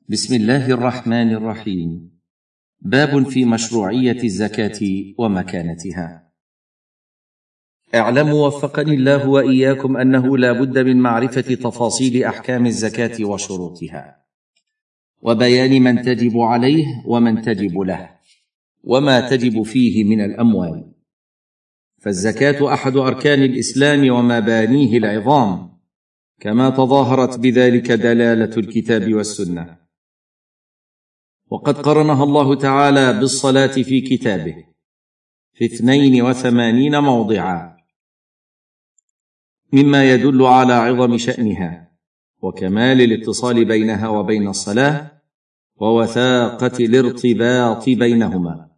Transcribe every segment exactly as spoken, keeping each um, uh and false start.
بسم الله الرحمن الرحيم. باب في مشروعية الزكاة ومكانتها. اعلموا وفقني الله وإياكم أنه لا بد من معرفة تفاصيل أحكام الزكاة وشروطها، وبيان من تجب عليه ومن تجب له، وما تجب فيه من الأموال. فالزكاة أحد أركان الإسلام ومبانيه العظام، كما تظاهرت بذلك دلالة الكتاب والسنة. وقد قرنها الله تعالى بالصلاة في كتابه في اثنين وثمانين موضعا، مما يدل على عظم شأنها وكمال الاتصال بينها وبين الصلاة ووثاقة الارتباط بينهما،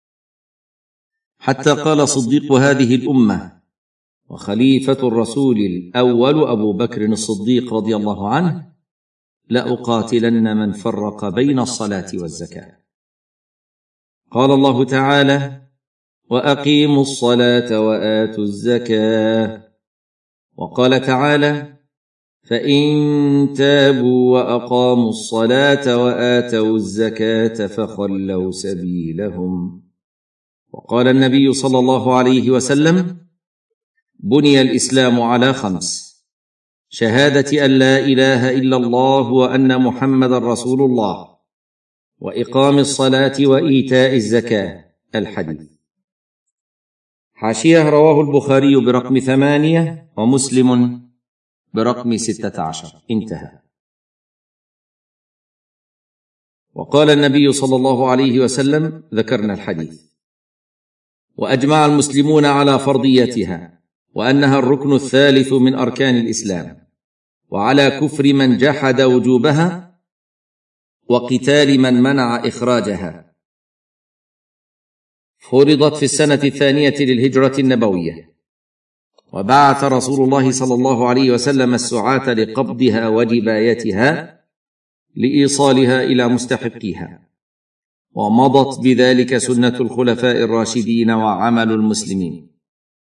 حتى قال صديق هذه الأمة وخليفة الرسول الأول أبو بكر الصديق رضي الله عنه: لأقاتلن من فرق بين الصلاة والزكاة. قال الله تعالى: وأقيموا الصلاة وآتوا الزكاة. وقال تعالى: فإن تابوا وأقاموا الصلاة وآتوا الزكاة فخلوا سبيلهم. وقال النبي صلى الله عليه وسلم: بني الإسلام على خمس: شهادة أن لا إله إلا الله وأن محمدًا رسول الله، وإقام الصلاة وإيتاء الزكاة. الحديث. حاشية: رواه البخاري برقم ثمانية ومسلم برقم ستة عشر. انتهى. وقال النبي صلى الله عليه وسلم: ذكرنا الحديث. وأجمع المسلمون على فرضيتها وأنها الركن الثالث من أركان الإسلام، وعلى كفر من جحد وجوبها وقتال من منع إخراجها. فرضت في السنة الثانية للهجرة النبوية، وبعث رسول الله صلى الله عليه وسلم السعاة لقبضها وجبايتها لإيصالها إلى مستحقيها، ومضت بذلك سنة الخلفاء الراشدين وعمل المسلمين.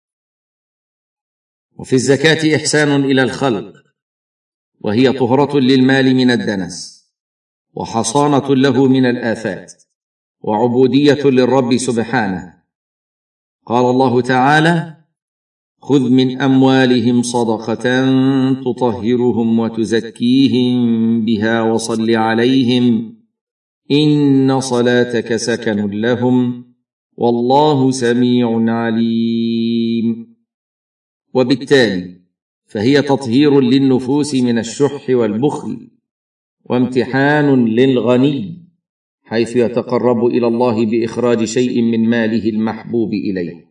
وفي الزكاة إحسان إلى الخلق، وهي طهرة للمال من الدنس، وحصانة له من الآفات، وعبودية للرب سبحانه. قال الله تعالى: خذ من أموالهم صدقة تطهرهم وتزكيهم بها وصل عليهم إن صلاتك سكن لهم والله سميع عليم. وبالتالي فهي تطهير للنفوس من الشح والبخل، وامتحان للغني حيث يتقرب إلى الله بإخراج شيء من ماله المحبوب إليه.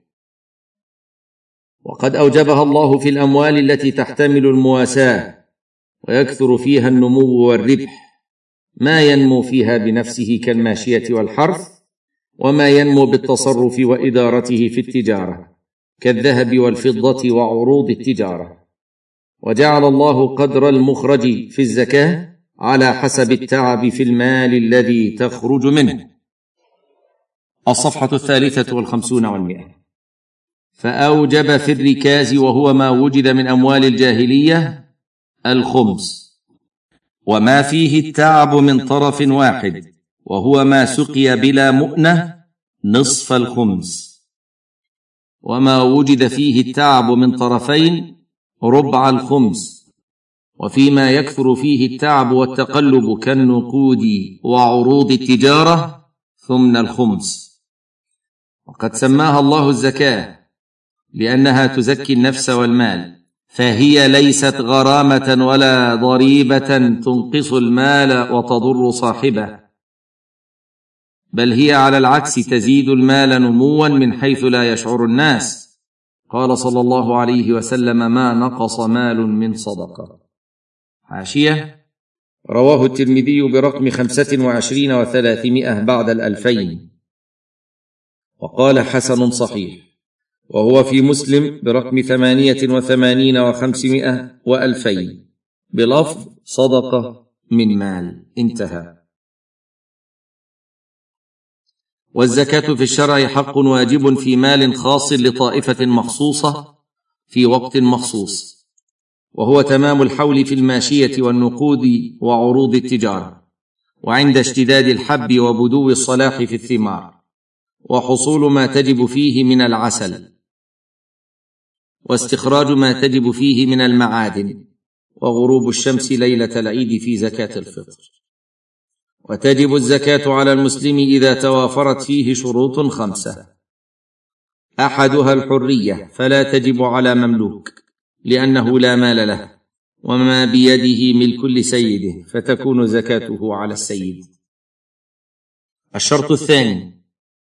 وقد أوجبها الله في الأموال التي تحتمل المواساة ويكثر فيها النمو والربح، ما ينمو فيها بنفسه كالماشية والحرث، وما ينمو بالتصرف وإدارته في التجارة كالذهب والفضة وعروض التجارة. وجعل الله قدر المخرج في الزكاة على حسب التعب في المال الذي تخرج منه. الصفحة الثالثة والخمسون والمئة. فأوجب في الركاز، وهو ما وجد من أموال الجاهلية، الخمس، وما فيه التعب من طرف واحد، وهو ما سقي بلا مؤنة، نصف الخمس، وما وجد فيه التعب من طرفين، ربع الخمس، وفيما يكثر فيه التعب والتقلب كالنقود وعروض التجارة ثمن الخمس. وقد سماها الله الزكاة لأنها تزكي النفس والمال، فهي ليست غرامة ولا ضريبة تنقص المال وتضر صاحبه، بل هي على العكس تزيد المال نموا من حيث لا يشعر الناس. قال صلى الله عليه وسلم: ما نقص مال من صدقة. حاشية: رواه الترمذي برقم خمسة وعشرين وثلاثمائة بعد الألفين، وقال: حسن صحيح. وهو في مسلم برقم ثمانية وثمانين وخمسمائة وألفين بلفظ صدقة من مال. انتهى. والزكاة في الشرع حق واجب في مال خاص لطائفة مخصوصة في وقت مخصوص، وهو تمام الحول في الماشية والنقود وعروض التجارة، وعند اشتداد الحب وبدو الصلاح في الثمار، وحصول ما تجب فيه من العسل، واستخراج ما تجب فيه من المعادن، وغروب الشمس ليلة العيد في زكاة الفطر. وتجب الزكاة على المسلم إذا توافرت فيه شروط خمسة: أحدها الحرية، فلا تجب على مملوك لأنه لا مال له، وما بيده ملك لسيده، فتكون زكاته على السيد. الشرط الثاني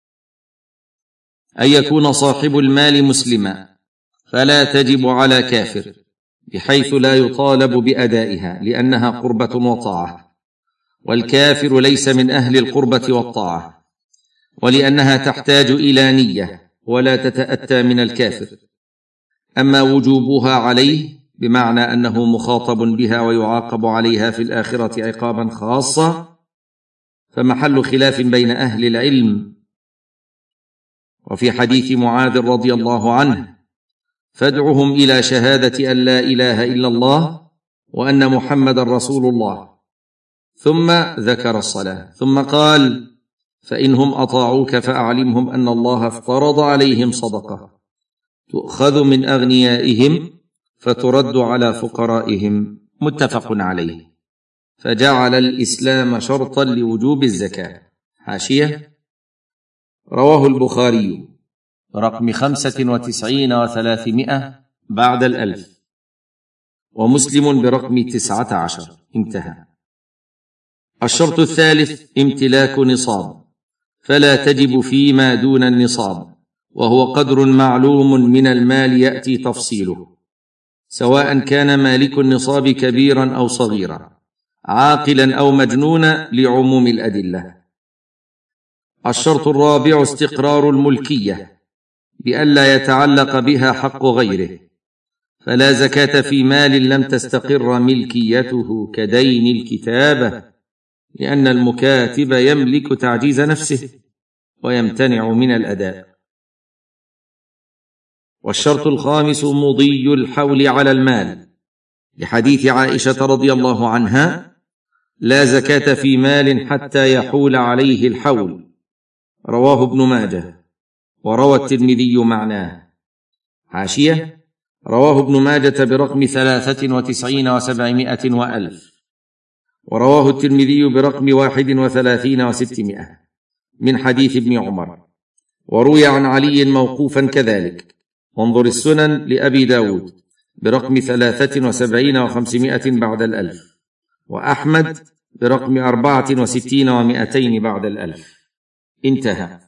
أن يكون صاحب المال مسلما، فلا تجب على كافر، بحيث لا يطالب بأدائها لأنها قربة وطاعة، والكافر ليس من أهل القربة والطاعة، ولأنها تحتاج إلى نية ولا تتأتى من الكافر. أما وجوبها عليه بمعنى أنه مخاطب بها ويعاقب عليها في الآخرة عقابا خاصا، فمحل خلاف بين أهل العلم. وفي حديث معاذ رضي الله عنه: فادعهم إلى شهادة أن لا إله إلا الله وأن محمد رسول الله، ثم ذكر الصلاة، ثم قال: فإنهم أطاعوك فأعلمهم أن الله افترض عليهم صدقة تؤخذ من أغنيائهم فترد على فقرائهم. متفق عليه. فجعل الإسلام شرطا لوجوب الزكاة. حاشية: رواه البخاري رقم خمسة وتسعين وثلاثمائة بعد الألف، ومسلم برقم تسعة عشر. انتهى. الشرط الثالث امتلاك نصاب، فلا تجب فيما دون النصاب، وهو قدر معلوم من المال يأتي تفصيله، سواء كان مالك النصاب كبيرا أو صغيرا، عاقلا أو مجنونا، لعموم الأدلة. الشرط الرابع استقرار الملكية، بألا يتعلق بها حق غيره، فلا زكاة في مال لم تستقر ملكيته كدين الكتابة، لأن المكاتب يملك تعجيز نفسه ويمتنع من الأداء. والشرط الخامس مضي الحول على المال، لحديث عائشة رضي الله عنها: لا زكاة في مال حتى يحول عليه الحول. رواه ابن ماجه، وروى الترمذي معناه. حاشية: رواه ابن ماجة برقم ثلاثة وتسعين وسبعمائة وألف، ورواه الترمذي برقم واحد وثلاثين وستمائة من حديث ابن عمر، وروي عن علي موقوفا كذلك. وانظر السنن لأبي داود برقم ثلاثة وسبعين وخمسمائة بعد الألف، وأحمد برقم أربعة وستين ومائتين بعد الألف. انتهى.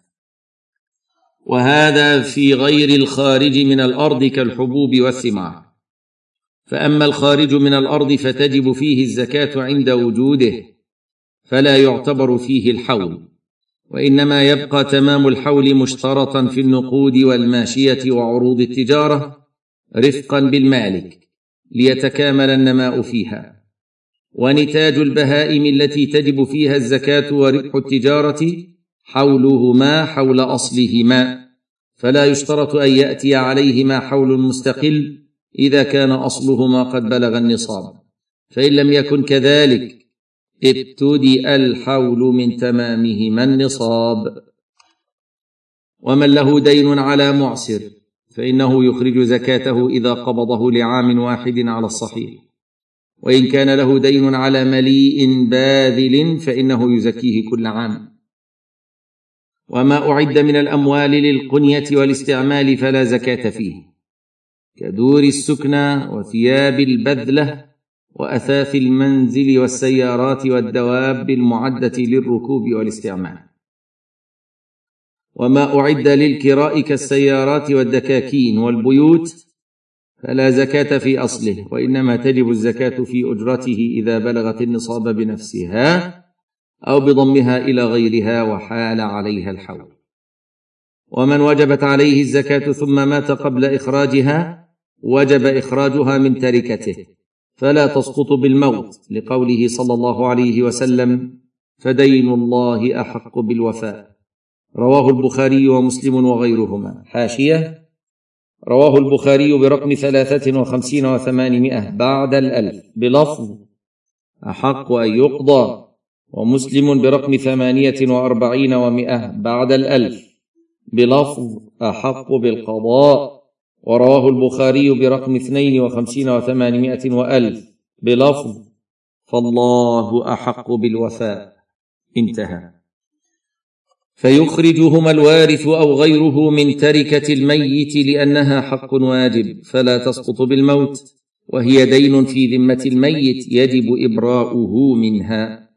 وهذا في غير الخارج من الأرض كالحبوب والثمار. فأما الخارج من الأرض فتجب فيه الزكاة عند وجوده، فلا يعتبر فيه الحول، وإنما يبقى تمام الحول مشترطا في النقود والماشية وعروض التجارة رفقا بالمالك ليتكامل النماء فيها. ونتاج البهائم التي تجب فيها الزكاة وربح التجارة حولهما حول أصلهما، فلا يشترط أن يأتي عليهما حول مستقل إذا كان أصلهما قد بلغ النصاب، فإن لم يكن كذلك ابتدأ الحول من تمامهما النصاب. ومن له دين على معسر فإنه يخرج زكاته إذا قبضه لعام واحد على الصحيح، وإن كان له دين على مليء باذل فإنه يزكيه كل عام. وما أعد من الأموال للقنية والاستعمال فلا زكاة فيه، كدور السكنى وثياب البذلة وأثاث المنزل والسيارات والدواب المعدة للركوب والاستعمال. وما أعد للكراء كالسيارات والدكاكين والبيوت فلا زكاة في أصله، وإنما تجب الزكاة في أجرته إذا بلغت النصاب بنفسها أو بضمها إلى غيرها وحال عليها الحول. ومن وجبت عليه الزكاة ثم مات قبل إخراجها وجب إخراجها من تركته، فلا تسقط بالموت، لقوله صلى الله عليه وسلم: فدين الله أحق بالوفاء. رواه البخاري ومسلم وغيرهما. حاشية: رواه البخاري برقم ثلاثة وخمسين وثمانمائة بعد الألف بلفظ: أحق أن يقضى، ومسلم برقم ثمانية وأربعين ومئة بعد الألف بلفظ أحق بالقضاء. ورواه البخاري برقم اثنين وخمسين وثمانمائة وألف بلفظ فالله أحق بالوفاء. انتهى. فيخرجهما الوارث أو غيره من تركة الميت لأنها حق واجب فلا تسقط بالموت، وهي دين في ذمة الميت يجب إبراؤه منها.